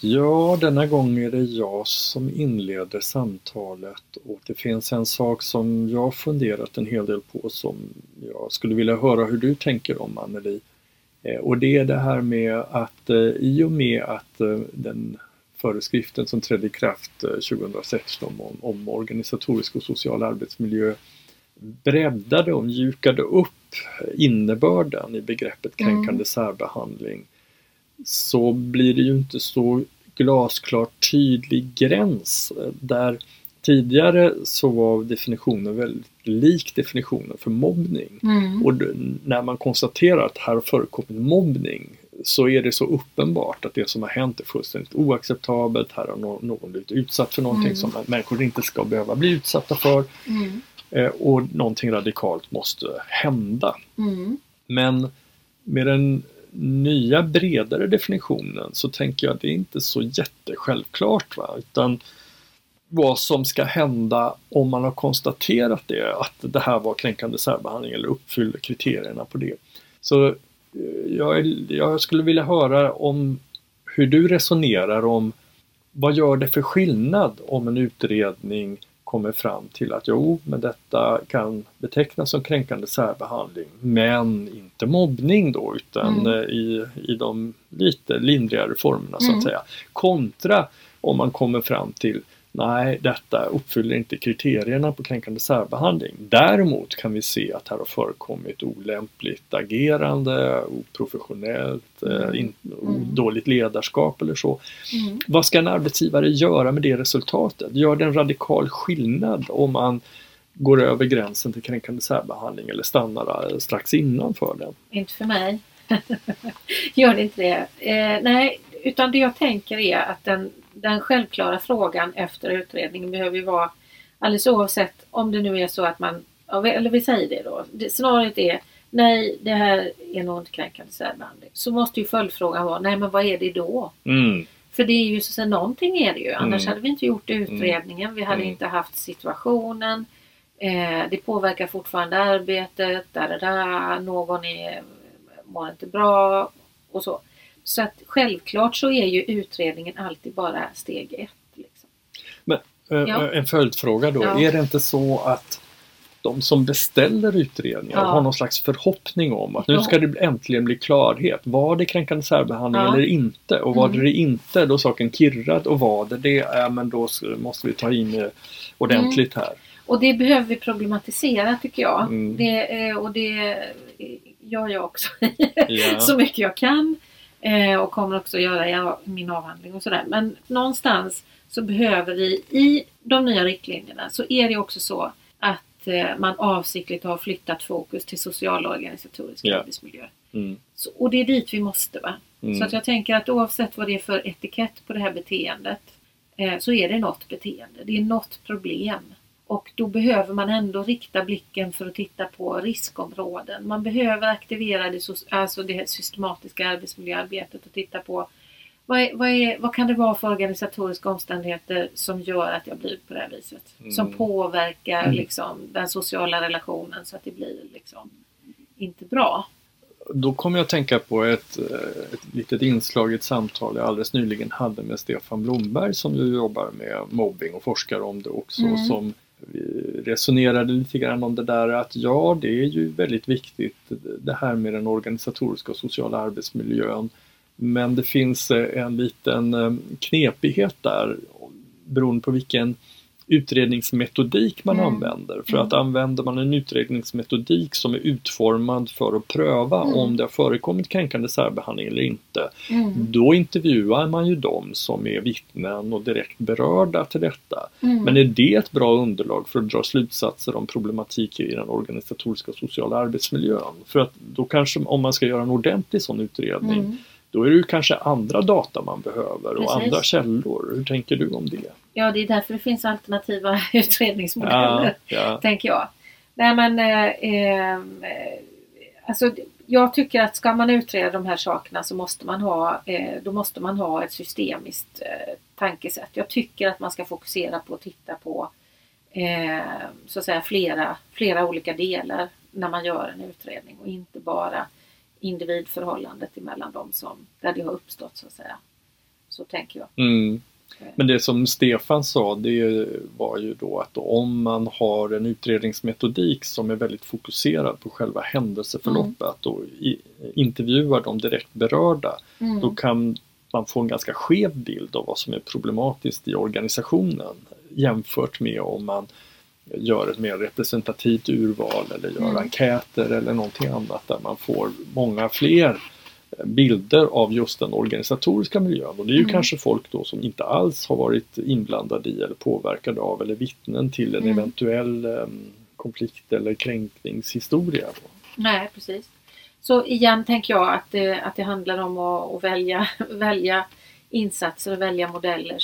Ja, denna gång är det jag som inleder samtalet och det finns en sak som jag funderat en hel del på som jag skulle vilja höra hur du tänker om, Anneli. Och det är det här med att i och med att den föreskriften som trädde i kraft 2016 om organisatorisk och social arbetsmiljö breddade och mjukade upp innebörden i begreppet kränkande särbehandling, så blir det ju inte så glasklart tydlig gräns. Där tidigare så var definitionen väldigt lik definitionen för mobbning. Och när man konstaterar att här har förekommit mobbning så är det så uppenbart att det som har hänt är fullständigt oacceptabelt. Här har någon blivit utsatt för någonting som människor inte ska behöva bli utsatta för. Och någonting radikalt måste hända. Men med den nya bredare definitionen så tänker jag att det är inte så jättesjälvklart, va? Utan vad som ska hända om man har konstaterat det, att det här var kränkande särbehandling eller uppfyller kriterierna på det. Så jag skulle vilja höra om hur du resonerar om vad gör det för skillnad om en utredning kommer fram till att men detta kan betecknas som kränkande särbehandling, men inte mobbning då, utan i de lite lindrigare formerna så att säga. Kontra om man kommer fram till nej, detta uppfyller inte kriterierna på kränkande särbehandling. Däremot kan vi se att här har förekommit olämpligt agerande, oprofessionellt, dåligt ledarskap eller så. Vad ska en arbetsgivare göra med det resultatet? Gör det en radikal skillnad om man går över gränsen till kränkande särbehandling eller stannar strax innanför den? Inte för mig. Gör det inte det. Nej, utan det jag tänker är att den självklara frågan efter utredningen behöver ju vara, alldeles oavsett om det nu är så att man, eller vi säger det då, scenariot är nej, det här är nog inte kränkande särbehandling. Så måste ju följdfrågan vara, nej men vad är det då? För det är ju så att någonting är det ju, annars hade vi inte gjort utredningen, vi hade inte haft situationen, det påverkar fortfarande arbetet, någon mår inte bra och så. Så att självklart så är ju utredningen alltid bara steg 1. Liksom. Men en följdfråga då. Är det inte så att de som beställer utredningar har någon slags förhoppning om att nu ska det äntligen bli klarhet. Var det kränkande särbehandling eller inte? Och var det inte, då saken kirrad. Och var det men då måste vi ta in ordentligt här. Och det behöver vi problematisera tycker jag. Det gör jag också så mycket jag kan. Och kommer också göra i min avhandling och sådär. Men någonstans så behöver vi i de nya riktlinjerna så är det också så att man avsiktligt har flyttat fokus till social och organisatorisk arbetsmiljö. Så, och det är dit vi måste, va? Så att jag tänker att oavsett vad det är för etikett på det här beteendet så är det något beteende. Det är något problem. Och då behöver man ändå rikta blicken för att titta på riskområden. Man behöver aktivera det systematiska arbetsmiljöarbetet och titta på vad kan det vara för organisatoriska omständigheter som gör att jag blir på det här viset. Som påverkar liksom, den sociala relationen så att det blir liksom, inte bra. Då kommer jag att tänka på ett litet inslag i ett samtal jag alldeles nyligen hade med Stefan Blomberg som ju jobbar med mobbing och forskar om det också. Som vi resonerade lite grann om det där att det är ju väldigt viktigt det här med den organisatoriska och sociala arbetsmiljön. Men det finns en liten knepighet där beroende på vilken utredningsmetodik man använder. För att använder man en utredningsmetodik som är utformad för att pröva om det har förekommit kränkande särbehandling eller inte. Då intervjuar man ju de som är vittnen och direkt berörda till detta. Men är det ett bra underlag för att dra slutsatser om problematik i den organisatoriska och sociala arbetsmiljön? För att då kanske, om man ska göra en ordentlig sån utredning, då är det ju kanske andra data man behöver och andra källor. Hur tänker du om det? Ja, det är därför det finns alternativa utredningsmodeller, tänker jag. Nej, men alltså, jag tycker att ska man utreda de här sakerna så måste man ha ett systemiskt tankesätt. Jag tycker att man ska fokusera på att titta på så att säga flera olika delar när man gör en utredning och inte bara individförhållandet emellan dem där det har uppstått så att säga. Så tänker jag. Men det som Stefan sa, det var ju då att om man har en utredningsmetodik som är väldigt fokuserad på själva händelseförloppet och intervjuar de direkt berörda, då kan man få en ganska skev bild av vad som är problematiskt i organisationen jämfört med om man gör ett mer representativt urval eller gör enkäter eller någonting annat där man får många fler bilder av just den organisatoriska miljön. Och det är ju kanske folk då som inte alls har varit inblandade i eller påverkade av eller vittnen till en eventuell konflikt eller kränkningshistoria. Nej, precis. Så igen tänker jag att det handlar om att välja insatser och välja modeller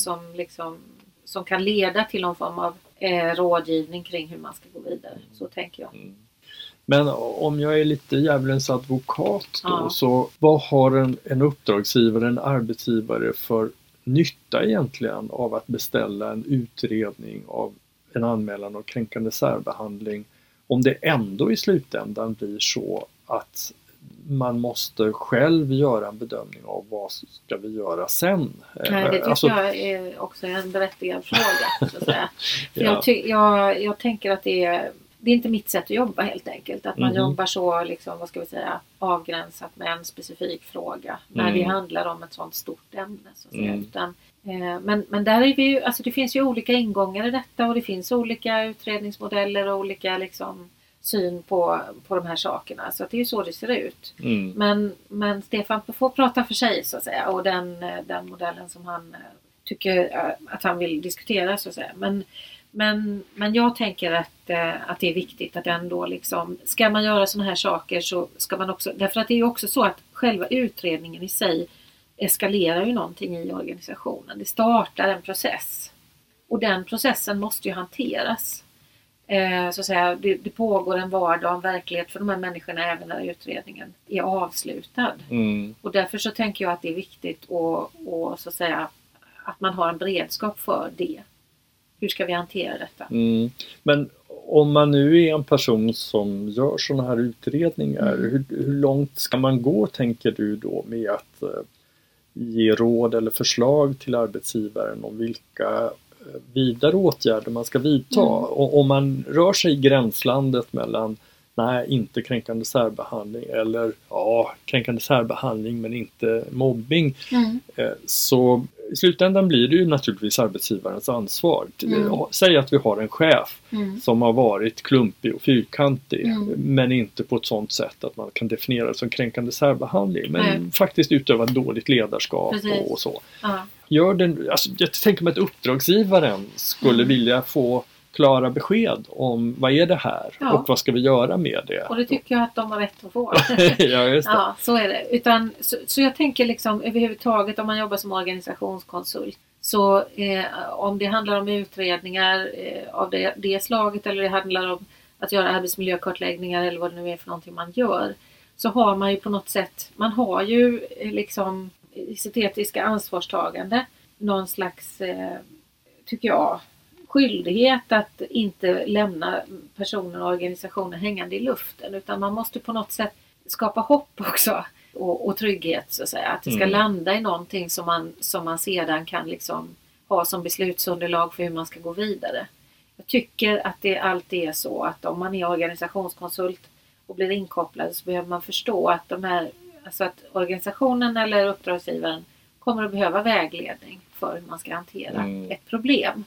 som kan leda till någon form av rådgivning kring hur man ska gå vidare. Så tänker jag. Men om jag är lite djävulens advokat då, så vad har en uppdragsgivare, en arbetsgivare för nytta egentligen av att beställa en utredning av en anmälan av kränkande särbehandling om det ändå i slutändan blir så att man måste själv göra en bedömning av vad ska vi göra sen? Nej, det tycker jag är också en berättigad fråga. Så att säga. För jag tänker att det är inte mitt sätt att jobba helt enkelt. Att man jobbar så vad ska vi säga, avgränsat med en specifik fråga. När det handlar om ett sådant stort ämne. Så att säga. Utan, men där är vi ju, alltså det finns ju olika ingångar i detta och det finns olika utredningsmodeller och olika syn på de här sakerna. Så att det är ju så det ser ut. Men Stefan får prata för sig så att säga. Och den modellen som han tycker att han vill diskutera så att säga. Men jag tänker att det är viktigt att ändå ska man göra såna här saker så ska man också, därför att det är ju också så att själva utredningen i sig eskalerar ju någonting i organisationen. Det startar en process och den processen måste ju hanteras. Så att säga, det pågår en vardag, en verklighet för de här människorna även när utredningen är avslutad. Och därför så tänker jag att det är viktigt och så att säga att man har en beredskap för det. Hur ska vi hantera detta? Men om man nu är en person som gör sådana här utredningar, hur långt ska man gå tänker du då med att ge råd eller förslag till arbetsgivaren om vilka vidare åtgärder man ska vidta? Och om man rör sig i gränslandet mellan inte kränkande särbehandling eller kränkande särbehandling men inte mobbing, så i slutändan blir det ju naturligtvis arbetsgivarens ansvar. Säg att vi har en chef som har varit klumpig och fyrkantig men inte på ett sådant sätt att man kan definiera det som kränkande särbehandling men faktiskt utöva dåligt ledarskap och så. Jag tänker mig att uppdragsgivaren skulle vilja få klara besked om vad är det här och vad ska vi göra med det. Och det tycker jag att de har rätt att få. Ja, just det. Ja, så är det. Så jag tänker överhuvudtaget om man jobbar som organisationskonsult. Så om det handlar om utredningar av det slaget eller det handlar om att göra arbetsmiljökartläggningar eller vad det nu är för någonting man gör. Så har man ju på något sätt, man har ju i sitt etiska ansvarstagande någon slags, tycker jag, skyldighet att inte lämna personer och organisationer hängande i luften utan man måste på något sätt skapa hopp också och trygghet så att säga. Att det ska landa i någonting som man sedan kan ha som beslutsunderlag för hur man ska gå vidare. Jag tycker att det alltid är så att om man är organisationskonsult och blir inkopplad så behöver man förstå att att organisationen eller uppdragsgivaren kommer att behöva vägledning för hur man ska hantera ett problem.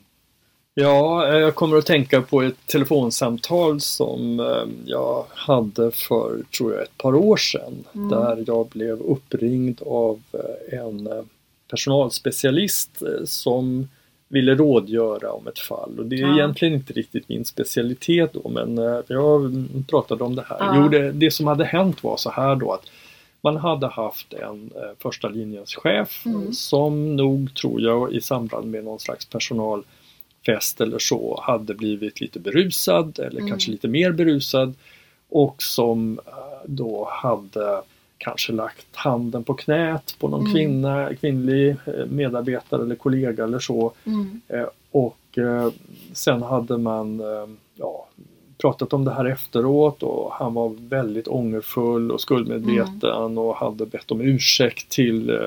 Ja, jag kommer att tänka på ett telefonsamtal som jag hade för, tror jag, ett par år sedan. Där jag blev uppringd av en personalspecialist som ville rådgöra om ett fall. Och det är egentligen inte riktigt min specialitet då, men jag pratade om det här. Det som hade hänt var så här då att man hade haft en första linjens chef som nog, tror jag, i samband med någon slags personalfest eller så hade blivit lite berusad eller kanske lite mer berusad och som då hade kanske lagt handen på knät på någon kvinnlig medarbetare eller kollega eller så. Och sen hade man pratat om det här efteråt och han var väldigt ångerfull och skuldmedveten och hade bett om ursäkt till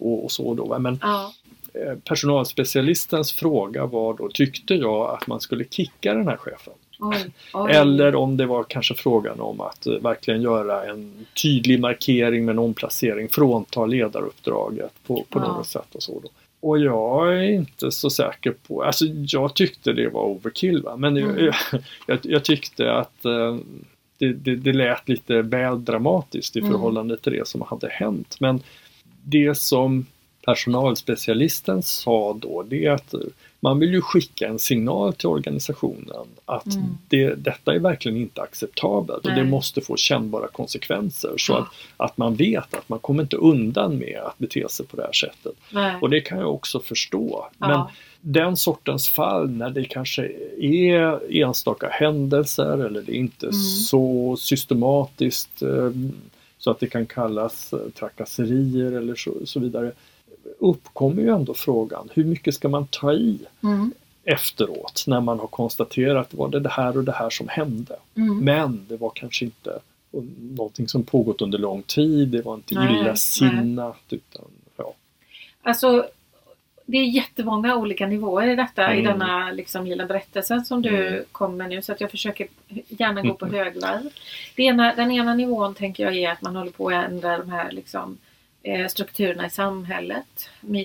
och så då. Men personalspecialistens fråga var då, tyckte jag att man skulle kicka den här chefen? Oj. Eller om det var kanske frågan om att verkligen göra en tydlig markering med en omplacering, frånta ledaruppdraget på något sätt och så då. Och jag är inte så säker på, alltså jag tyckte det var overkill, va? Men jag tyckte att det lät lite väl dramatiskt i förhållande till det som hade hänt. Men det som personalspecialisten sa då, det är att man vill ju skicka en signal till organisationen att detta är verkligen inte acceptabelt och det måste få kännbara konsekvenser så att man vet att man kommer inte undan med att bete sig på det här sättet. Och det kan jag också förstå. Men den sortens fall när det kanske är enstaka händelser eller det är inte så systematiskt så att det kan kallas trakasserier eller så vidare, uppkommer ju ändå frågan, hur mycket ska man ta i efteråt när man har konstaterat att det var det här och det här som hände. Men det var kanske inte någonting som pågått under lång tid, det var inte illasinnat utan Alltså det är jättemånga olika nivåer i detta, i denna liksom lilla berättelsen som du kom med nu, så att jag försöker gärna gå på högvarv. Den ena nivån tänker jag är att man håller på att ändra de här liksom strukturerna i samhället,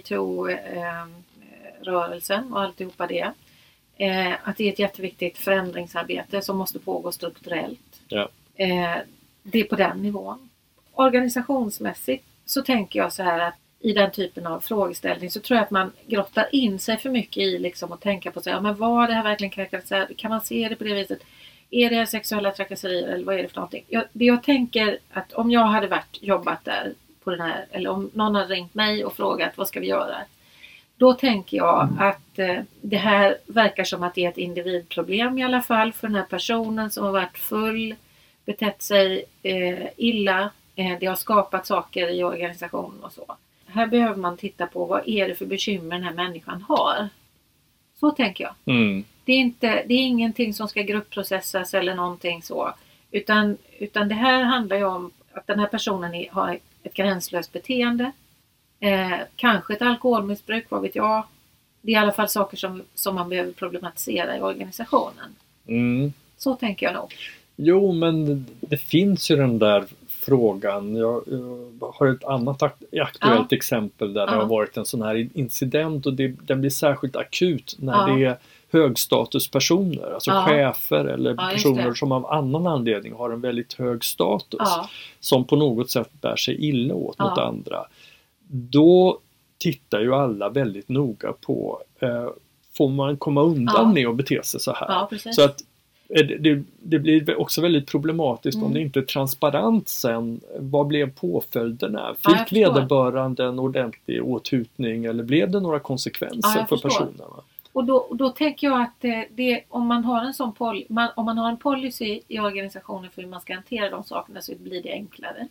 MeToo-rörelsen och alltihopa det. Att det är ett jätteviktigt förändringsarbete som måste pågå strukturellt. Det är på den nivån. Organisationsmässigt så tänker jag så här att i den typen av frågeställning så tror jag att man grottar in sig för mycket i liksom att tänka på sig, men vad det här verkligen kan man se det på det viset? Är det sexuella trakasserier eller vad är det för någonting? Jag tänker att om jag hade jobbat där på den här, eller om någon hade ringt mig och frågat vad ska vi göra? Då tänker jag att det här verkar som att det är ett individproblem i alla fall för den här personen som har varit full, betett sig illa. Det har skapat saker i organisationen och så. Här behöver man titta på vad är det för bekymmer den här människan har. Så tänker jag. Det är ingenting som ska gruppprocessas eller någonting så. Utan det här handlar ju om att den här personen har ett gränslöst beteende. Kanske ett alkoholmissbruk, vad vet jag. Det är i alla fall saker som man behöver problematisera i organisationen. Så tänker jag nog. Jo, men det finns ju den där frågan. Jag har ett annat aktuellt exempel där det har varit en sån här incident och den blir särskilt akut när det är högstatuspersoner, alltså chefer eller personer som av annan anledning har en väldigt hög status som på något sätt bär sig illa åt mot andra. Då tittar ju alla väldigt noga på får man komma undan med att bete sig så här. Så att det blir också väldigt problematiskt om det inte är transparent sen. Vad blev påföljderna? Fick vederbörande en ordentlig åthutning eller blev det några konsekvenser för personerna? Och då tänker jag att om man har en policy i organisationen för hur man ska hantera de sakerna så blir det enklare.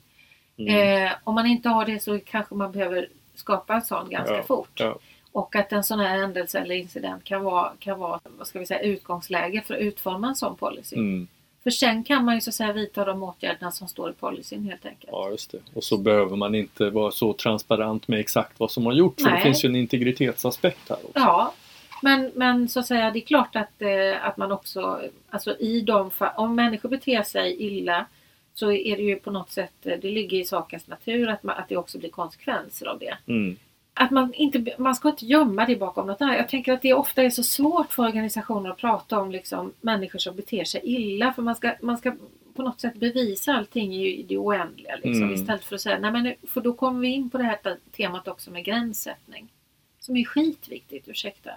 Om man inte har det så kanske man behöver skapa en sån ganska fort. Och att en sån här händelse eller incident kan vara vad ska vi säga, utgångsläge för att utforma en sån policy. För sen kan man ju så att säga vidta de åtgärderna som står i policyn helt enkelt. Ja, just det. Och så behöver man inte vara så transparent med exakt vad som har gjorts. För det finns ju en integritetsaspekt här också. Ja, men så att säga det är klart att man också, alltså i de fall, om människor beter sig illa så är det ju på något sätt, det ligger i sakens natur att det också blir konsekvenser av det. Att man ska inte gömma det bakom något annat. Jag tänker att det ofta är så svårt för organisationer att prata om liksom människor som beter sig illa. För man ska på något sätt bevisa allting i det oändliga. Liksom, istället för att säga, nej men för då kommer vi in på det här temat också med gränssättning. Som är skitviktigt, ursäkta.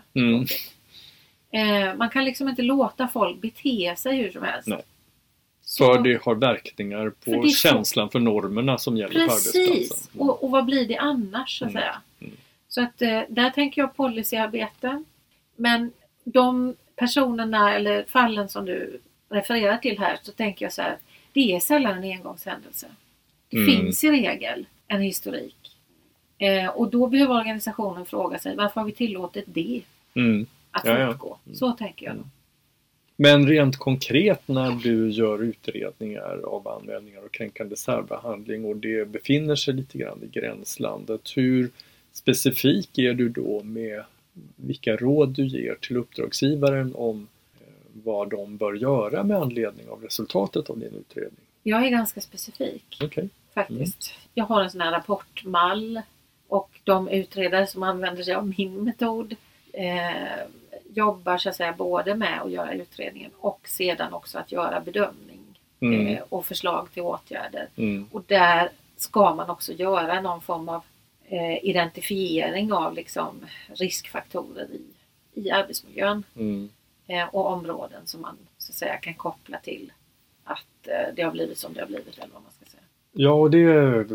Man kan liksom inte låta folk bete sig hur som helst. Nej. För det har verkningar på känslan för normerna som gäller på arbetsplatsen. Precis, och vad blir det annars så att säga. Så att där tänker jag policyarbete. Men de personerna eller fallen som du refererar till här så tänker jag så här. Det är sällan en engångshändelse. Det finns i regel en historik. Och då behöver organisationen fråga sig varför har vi tillåtit det att fortgå. Så tänker jag. Men rent konkret när du gör utredningar av anmälningar och kränkande särbehandling och det befinner sig lite grann i gränslandet, hur specifik är du då med vilka råd du ger till uppdragsgivaren om vad de bör göra med anledning av resultatet av din utredning? Jag är ganska specifik. Okay. Faktiskt. Jag har en sån här rapportmall och de utredare som använder sig av min metod jobbar så att säga både med att göra utredningen och sedan också att göra bedömning och förslag till åtgärder. Och där ska man också göra någon form av identifiering av liksom riskfaktorer i arbetsmiljön och områden som man så att säga kan koppla till att det har blivit som det har blivit eller vad man ska säga. Ja, och det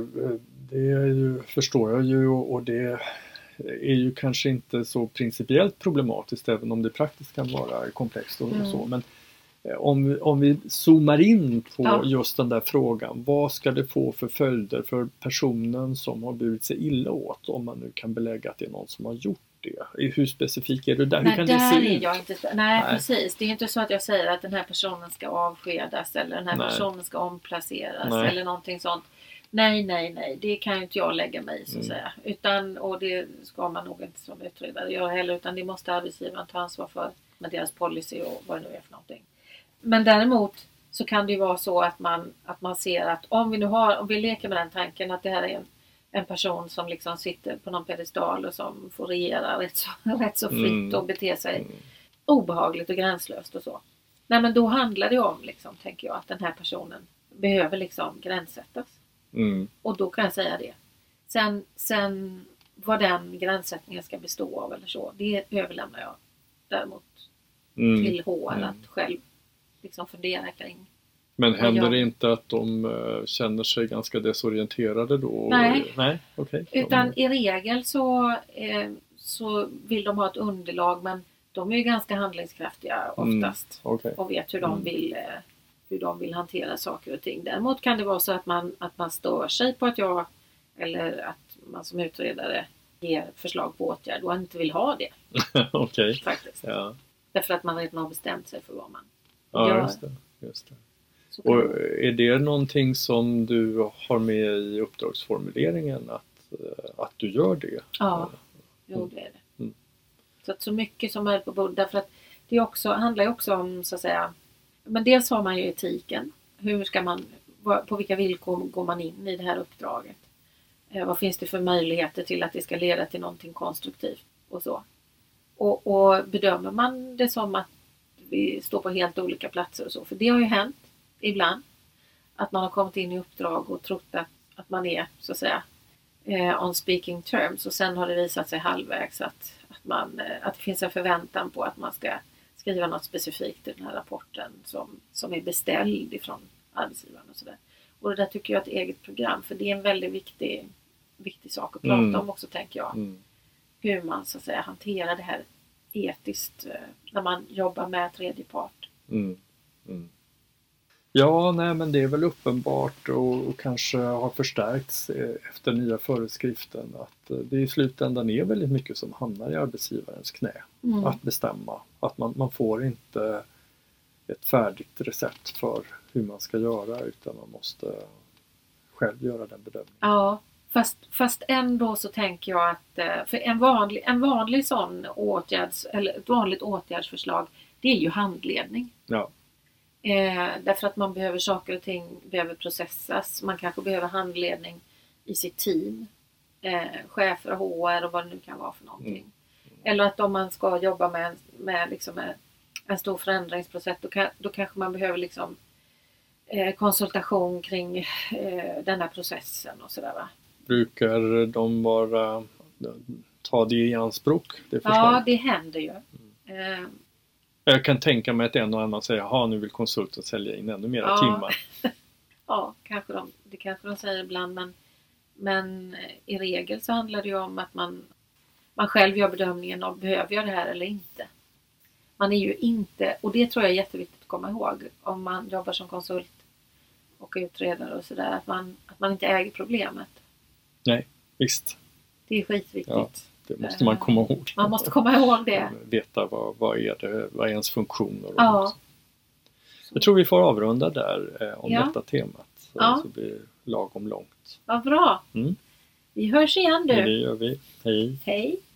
är ju, förstår jag ju, och det är ju kanske inte så principiellt problematiskt även om det praktiskt kan vara komplext och så. Men om vi zoomar in på just den där frågan, vad ska det få för följder för personen som har burit sig illa åt, om man nu kan belägga att det är någon som har gjort det? Hur specifik är du där? Hur kan det se ut? Nej, precis. Det är inte så att jag säger att den här personen ska avskedas eller den här personen ska omplaceras eller någonting sånt. Nej. Det kan ju inte jag lägga mig i så att säga. Utan, och det ska man nog inte som utredare göra heller, utan det måste arbetsgivaren ta ansvar för med deras policy och vad det nu är för någonting. Men däremot så kan det ju vara så att man ser att om vi leker med den tanken att det här är en person som liksom sitter på någon pedestal och som får regera rätt så fritt och bete sig obehagligt och gränslöst och så. Nej, men då handlar det om liksom, tänker jag, att den här personen behöver liksom gränssättas. Och då kan jag säga det. Sen vad den gränssättningen ska bestå av eller så, det överlämnar jag däremot till HR att själv liksom fundera kring. Men händer det inte att de känner sig ganska desorienterade då? Nej. Okay. Utan i regel så vill de ha ett underlag, men de är ju ganska handlingskraftiga oftast och vet hur de vill hantera saker och ting. Däremot kan det vara så att man stör sig på att jag eller att man som utredare ger förslag på åtgärd och inte vill ha det. Faktiskt. Ja. Därför att man redan har bestämt sig för vad man gör. Just det. Och är det någonting som du har med i uppdragsformuleringen att du gör det? Ja, jo, det är det. Så mycket som är på bordet, därför att det handlar ju också om så att säga, men dels har man ju etiken. Hur ska man, på vilka villkor går man in i det här uppdraget? Vad finns det för möjligheter till att det ska leda till någonting konstruktivt och så. Och bedömer man det som att vi står på helt olika platser och så, för det har ju hänt ibland att man har kommit in i uppdrag och trott att man är så att säga on speaking terms, och sen har det visat sig halvvägs att det finns en förväntan på att man ska skriva något specifikt i den här rapporten som är beställd ifrån arbetsgivaren och sådär. Och det där tycker jag är ett eget program, för det är en väldigt viktig sak att prata om också, tänker jag. Hur man så att säga hanterar det här etiskt när man jobbar med tredje part. Ja, men det är väl uppenbart och kanske har förstärkts efter nya föreskriften att det i slutändan är väldigt mycket som hamnar i arbetsgivarens knä att bestämma. Att man får inte ett färdigt recept för hur man ska göra, utan man måste själv göra den bedömningen. Ja, fast ändå så tänker jag att för en vanlig sån eller ett vanligt åtgärdsförslag, det är ju handledning. Ja. Därför att man behöver saker och ting behöver processas. Man kanske behöver handledning i sitt team. Chefer, HR och vad det nu kan vara för någonting. Eller att om man ska jobba med liksom en stor förändringsprocess, då kanske man behöver liksom konsultation kring den här processen och sådär, va? Brukar de ta det i anspråk? Ja, det händer ju. Jag kan tänka mig att en och annan säger, nu vill konsulten sälja in ännu mera timmar. Ja, det kanske de säger ibland, men i regel så handlar det ju om att man själv gör bedömningen av behöver jag det här eller inte. Man är ju inte, och det tror jag är jätteviktigt att komma ihåg om man jobbar som konsult och utredare och sådär, att man inte äger problemet. Nej, visst. Det är skitviktigt. Ja, det måste man komma ihåg. Man måste komma ihåg det. Veta vad är ens funktioner. Jag tror vi får avrunda där om detta temat. Så blir det lagom långt. Vad bra. Vi hörs igen du. Det gör vi. Hej. Hej.